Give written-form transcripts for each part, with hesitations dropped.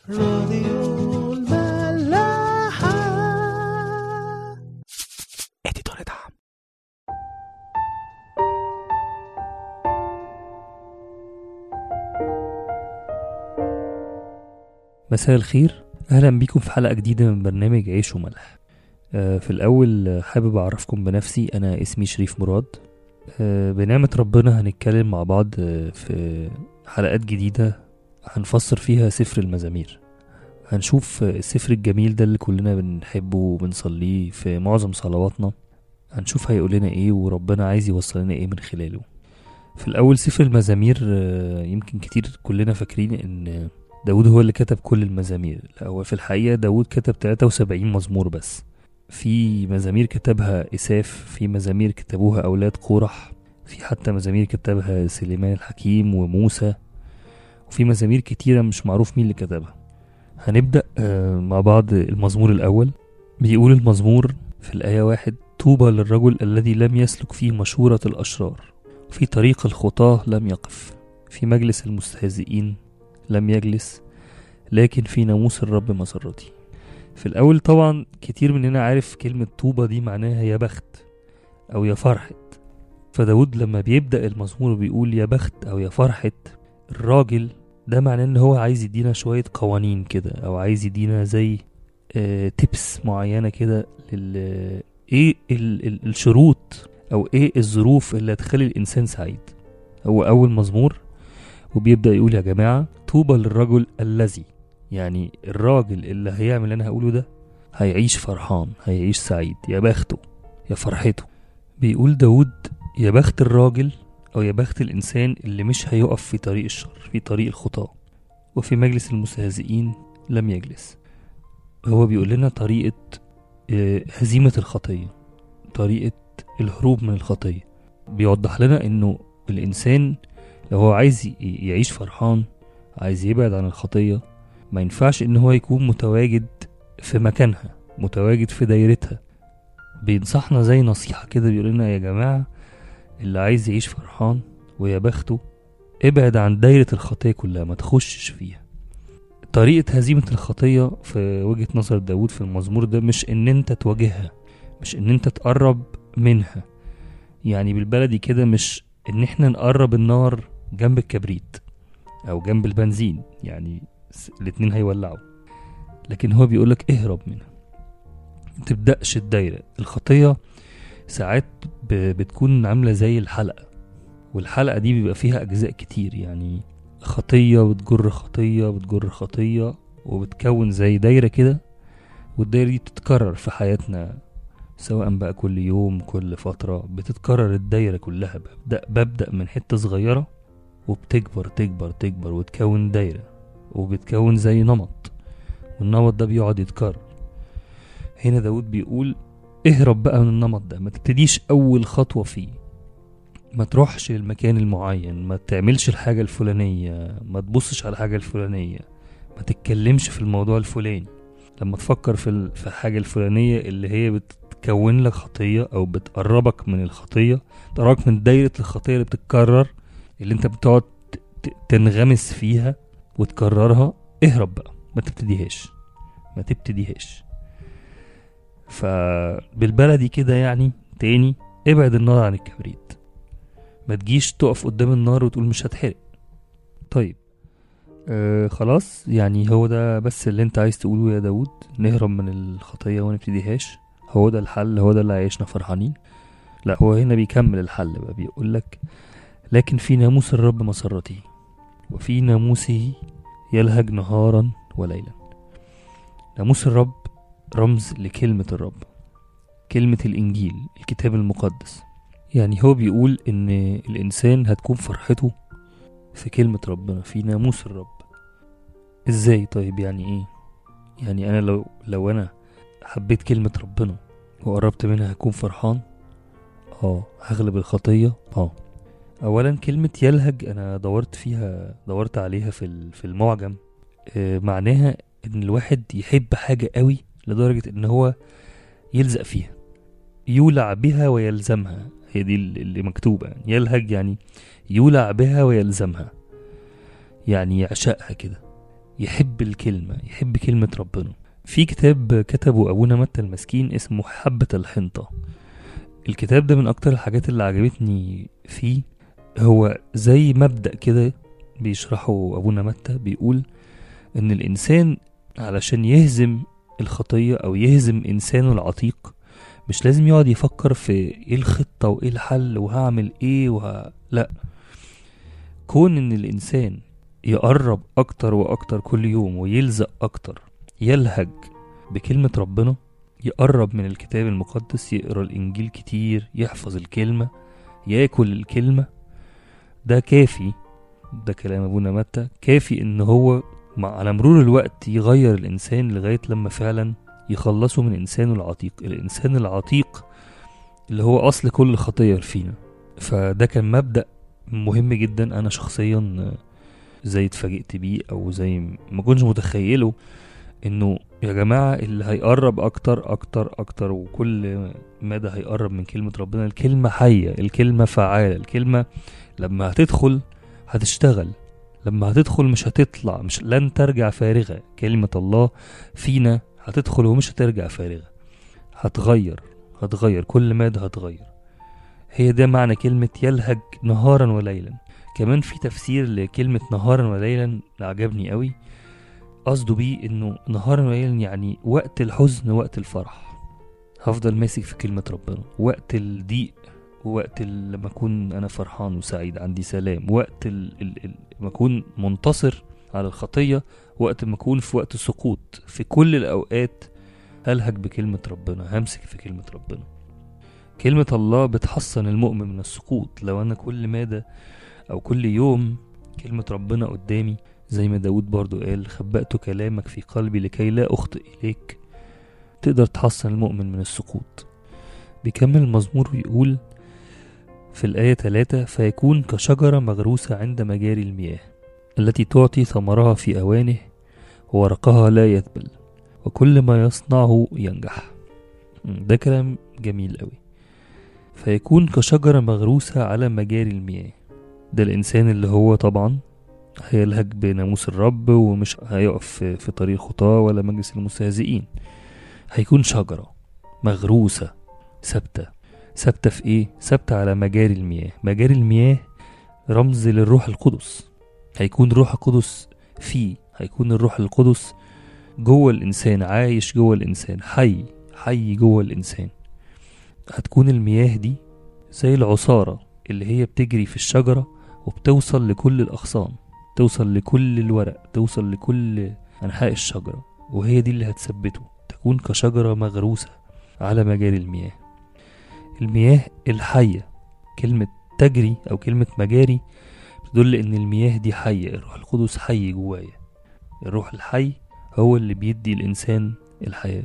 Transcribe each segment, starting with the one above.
راديو الملاحة. اديتور دعم. مساء الخير، اهلا بيكم في حلقة جديدة من برنامج عيش وملح. في الاول حابب اعرفكم بنفسي، انا اسمي شريف مراد. بنعمة ربنا هنتكلم مع بعض في حلقات جديدة هنفسر فيها سفر المزامير. هنشوف السفر الجميل ده اللي كلنا بنحبه وبنصليه في معظم صلواتنا. هنشوف هيقول لنا ايه وربنا عايز يوصل لنا ايه من خلاله. في الاول سفر المزامير، يمكن كتير كلنا فاكرين ان داود هو اللي كتب كل المزامير. لا، هو في الحقيقة داود كتب 73 مزمور بس. في مزامير كتبها إساف، في مزامير كتبوها أولاد قورح، في حتى مزامير كتبها سليمان الحكيم وموسى، وفي مزامير كتيرة مش معروف مين اللي كتبها. هنبدأ مع بعض. المزمور الأول بيقول المزمور في الآية 1: طوبى للرجل الذي لم يسلك فيه مشورة الأشرار، في طريق الخطاة لم يقف، في مجلس المستهزئين لم يجلس، لكن في ناموس الرب مسرتي. في الأول طبعا كتير مننا عارف كلمة طوبى دي معناها يا بخت أو يا فرحة. فداود لما بيبدأ المزمور بيقول يا بخت أو يا فرحة الراجل، ده معناه ان هو عايز يدينا شوية قوانين كده، او عايز يدينا زي تيبس معينة كده ايه الشروط او ايه الظروف اللي هتخلي الانسان سعيد. هو اول مزمور وبيبدأ يقول يا جماعة طوبى للرجل الذي، يعني الراجل اللي هيعمل اللي انا هقوله ده هيعيش فرحان، هيعيش سعيد، يا بخته يا فرحته. بيقول داود يا بخت الراجل أو يا بخت الإنسان اللي مش هيقف في طريق الشر، في طريق الخطاة، وفي مجلس المستهزئين لم يجلس. هو بيقول لنا طريقة هزيمة الخطية، طريقة الهروب من الخطية. بيوضح لنا إنه الإنسان لو هو عايز يعيش فرحان، عايز يبعد عن الخطية، ما ينفعش إن هو يكون متواجد في مكانها، متواجد في دايرتها. بينصحنا زي نصيحة كده، بيقول لنا يا جماعة اللي عايز يعيش فرحان ويا بخته ابعد عن دايرة الخطية كلها، ما تخشش فيها. طريقة هزيمة الخطية في وجهة نظر داود في المزمور ده مش ان انت تواجهها، مش ان انت تقرب منها، يعني بالبلدي كده مش ان احنا نقرب النار جنب الكبريت او جنب البنزين، يعني الاتنين هيولعوا. لكن هو بيقولك اهرب منها، متبدأش الدايرة. الخطية ساعات بتكون عاملة زي الحلقة، والحلقة دي بيبقى فيها أجزاء كتير، يعني خطية بتجر خطية بتجر خطية، وبتكون زي دايرة كده، والدايرة دي بتتكرر في حياتنا، سواء بقى كل يوم كل فترة بتتكرر الدايرة كلها. ببدأ من حتة صغيرة وبتكبر تكبر تكبر وتكون دايرة، وبتكون زي نمط، والنمط ده بيقعد يتكرر. هنا داود بيقول اهرب بقى من النمط ده، ما تبتديش أول خطوة فيه، ما تروحش للمكان المعين، ما تعملش الحاجة الفلانية، ما تبصش على الحاجة الفلانية، ما تتكلمش في الموضوع الفلاني. لما تفكر في الحاجة الفلانية اللي هي بتكون لك خطية او بتقربك من الخطية، تقربك من دايرة الخطية اللي بتتكرر، اللي انت بتقعد تنغمس فيها وتكررها، اهرب بقى، ما تبتديهاش. فبالبلدي كده يعني تاني، ابعد النار عن الكبريت، ما تجيش تقف قدام النار وتقول مش هتحرق. طيب خلاص، يعني هو ده بس اللي انت عايز تقوله يا داود، نهرب من الخطية ونبتديهاش؟ هو ده الحل؟ هو ده اللي عايشنا فرحانين؟ لا، هو هنا بيكمل الحل بقى، بيقولك لكن في ناموس الرب مسرته، وفي ناموسه يلهج نهارا وليلا. ناموس الرب رمز لكلمة الرب، كلمة الإنجيل، الكتاب المقدس. يعني هو بيقول ان الانسان هتكون فرحته في كلمة ربنا، في ناموس الرب. ازاي؟ طيب يعني ايه؟ يعني انا لو انا حبيت كلمة ربنا وقربت منها هكون فرحان؟ هغلب الخطية. اولا كلمة يلهج انا دورت عليها في المعجم. معناها ان الواحد يحب حاجة قوي لدرجة ان هو يلزق فيها، يولع بها ويلزمها. هي دي اللي مكتوبة، يعني يلهج يعني يولع بها ويلزمها، يعني يعشقها كده. يحب الكلمة، يحب كلمة ربنا. في كتاب كتبه أبونا متى المسكين اسمه حبة الحنطة. الكتاب ده من أكتر الحاجات اللي عجبتني فيه، هو زي مبدأ كده بيشرحه أبونا متى. بيقول إن الإنسان علشان يهزم الخطية أو يهزم إنسانه العتيق مش لازم يقعد يفكر في إيه الخطة وإيه الحل وهعمل إيه لأ، كون إن الإنسان يقرب أكتر وأكتر كل يوم ويلزق أكتر، يلهج بكلمة ربنا، يقرب من الكتاب المقدس، يقرأ الإنجيل كتير، يحفظ الكلمة، يأكل الكلمة، ده كافي. ده كلام أبونا متى، كافي إن هو على مرور الوقت يغير الإنسان لغاية لما فعلا يخلصه من إنسانه العتيق. الإنسان العتيق اللي هو أصل كل خطية فينا. فده كان مبدأ مهم جدا. أنا شخصيا زي اتفاجئت بيه أو زي ما كنتش متخيله، إنه يا جماعة اللي هيقرب أكتر أكتر أكتر وكل مدى هيقرب من كلمة ربنا. الكلمة حية، الكلمة فعالة، الكلمة لما هتدخل هتشتغل، لما هتدخل مش هتطلع، مش لن ترجع فارغة. كلمة الله فينا هتدخل ومش هترجع فارغة، هتغير كل مادة هتغير. هي ده معنى كلمة يلهج نهارا وليلا. كمان في تفسير لكلمة نهارا وليلا عجبني قوي، قصده بيه انه نهارا وليلا يعني وقت الحزن وقت الفرح هفضل ماسك في كلمة ربنا، وقت الضيق ووقت لما اكون انا فرحان وسعيد عندي سلام، وقت ما اكون منتصر على الخطية، وقت ما اكون في وقت السقوط، في كل الاوقات هلهج بكلمة ربنا، همسك في كلمة ربنا. كلمة الله بتحصن المؤمن من السقوط. لو انا كل مادة او كل يوم كلمة ربنا قدامي، زي ما داود برضو قال خبأت كلامك في قلبي لكي لا اخطئ اليك، تقدر تحصن المؤمن من السقوط. بيكمل المزمور ويقول في الآية 3: فيكون كشجرة مغروسة عند مجاري المياه التي تعطي ثمرها في أوانه وورقها لا يذبل وكل ما يصنعه ينجح. ده كلام جميل قوي. فيكون كشجرة مغروسة على مجاري المياه، ده الإنسان اللي هو طبعا هيلهج بناموس الرب ومش هيقف في طريق خطاه ولا مجلس المستهزئين. هيكون شجرة مغروسة ثابتة في ايه؟ ثابتة على مجاري المياه. مجاري المياه رمز للروح القدس. هيكون الروح القدس فيه، هيكون الروح القدس جوه الإنسان، عايش جوه الإنسان، حي جوه الإنسان. هتكون المياه دي زي العصارة اللي هي بتجري في الشجرة وبتوصل لكل الأغصان، توصل لكل الورق، توصل لكل أنحاء الشجرة، وهي دي اللي هتثبته. تكون كشجرة مغروسة على مجاري المياه. المياه الحية، كلمة تجري أو كلمة مجاري بتدل إن المياه دي حية. الروح القدس حي جوايا، الروح الحي هو اللي بيدي الإنسان الحياة.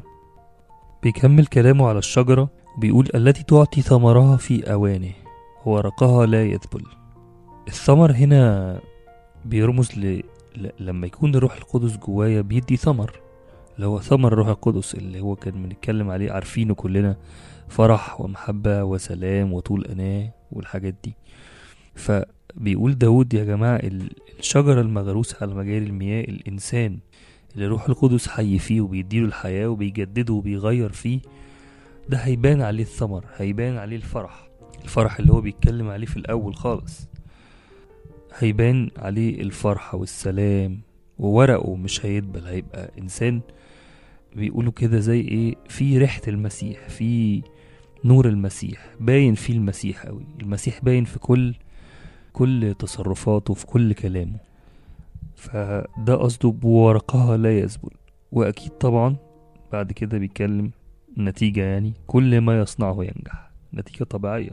بيكمل كلامه على الشجرة وبيقول التي تعطي ثمرها في أوانه ورقها لا يذبل. الثمر هنا بيرمز لما يكون الروح القدس جوايا بيدي ثمر، اللي هو ثمر الروح القدس اللي هو كان بنتكلم عليه عارفينه كلنا، فرح ومحبة وسلام وطول أناة والحاجات دي. فبيقول داود يا جماعة الشجرة المغروسة على مجاري المياه، الإنسان اللي الروح القدس حي فيه وبيديله الحياة وبيجدده وبيغير فيه، ده هيبان عليه الثمر، هيبان عليه الفرح اللي هو بيتكلم عليه في الأول خالص. هيبان عليه الفرحة والسلام، وورقه مش هيدبل، هيبقى إنسان بيقولوا كده زي ايه، في ريحة المسيح، في نور المسيح، باين فيه المسيح قوي. المسيح باين في كل تصرفاته، في كل كلامه. فده قصده بورقها لا يذبل. واكيد طبعا بعد كده بيتكلم النتيجة، يعني كل ما يصنعه ينجح. نتيجة طبيعية،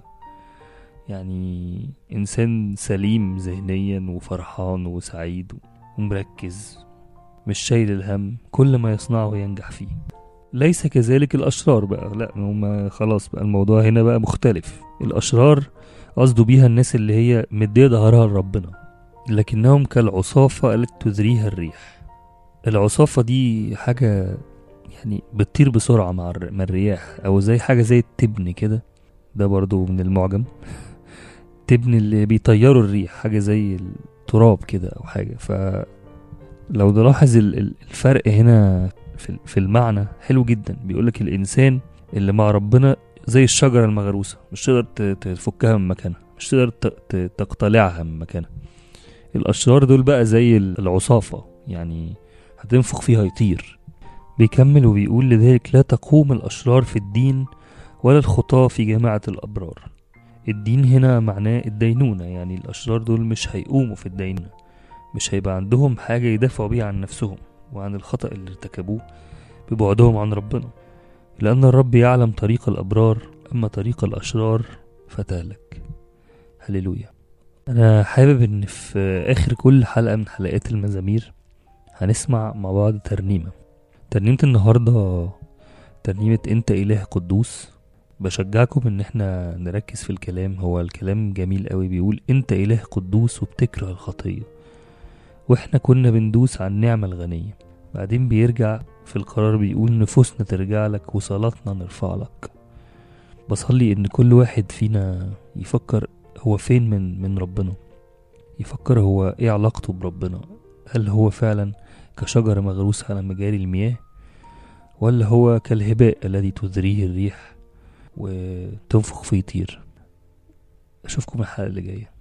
يعني انسان سليم ذهنيا وفرحان وسعيد ومركز، مش شايل الهم، كل ما يصنعه ينجح فيه. ليس كذلك الأشرار بقى، لا هما خلاص بقى الموضوع هنا بقى مختلف. الأشرار قصدوا بيها الناس اللي هي مدية ظهرها لربنا، لكنهم كالعصافة التي تذريها الريح. العصافة دي حاجة يعني بتطير بسرعة مع الرياح، أو زي حاجة زي التبن كده، ده برضو من المعجم. تبن اللي بيطيروا الريح، حاجة زي التراب كده أو حاجة. لو نلاحظ الفرق هنا في المعنى حلو جدا. بيقولك الإنسان اللي مع ربنا زي الشجرة المغروسة، مش تقدر تفكها من مكانها، مش تقدر تقتلعها من مكانها. الأشرار دول بقى زي العصافة، يعني هتنفخ فيها يطير. بيكمل وبيقول لذلك لا تقوم الأشرار في الدين ولا الخطاة في جماعة الأبرار. الدين هنا معناه الدينونة، يعني الأشرار دول مش هيقوموا في الدينونة، مش هيبقى عندهم حاجة يدافعوا بيها عن نفسهم وعن الخطأ اللي ارتكبوه ببعدهم عن ربنا، لأن الرب يعلم طريق الأبرار أما طريق الأشرار فتهلك. هللويا. أنا حابب إن في آخر كل حلقة من حلقات المزامير هنسمع مع بعض ترنيمة النهاردة، ترنيمة أنت إله قدوس. بشجعكم إن احنا نركز في الكلام، هو الكلام جميل قوي. بيقول أنت إله قدوس وبتكره الخطية، واحنا كنا بندوس عن النعمة الغنية. بعدين بيرجع في القرار بيقول نفوسنا ترجع لك وصلاتنا نرفع لك. بصلي إن كل واحد فينا يفكر هو فين من ربنا، يفكر هو ايه علاقته بربنا. هل هو فعلا كشجرة مغروسة على مجاري المياه، ولا هو كالهباء الذي تذريه الريح وتنفخ فيه يطير؟ اشوفكم الحلقة اللي جاية.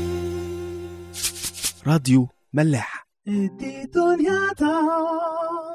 راديو ملاح.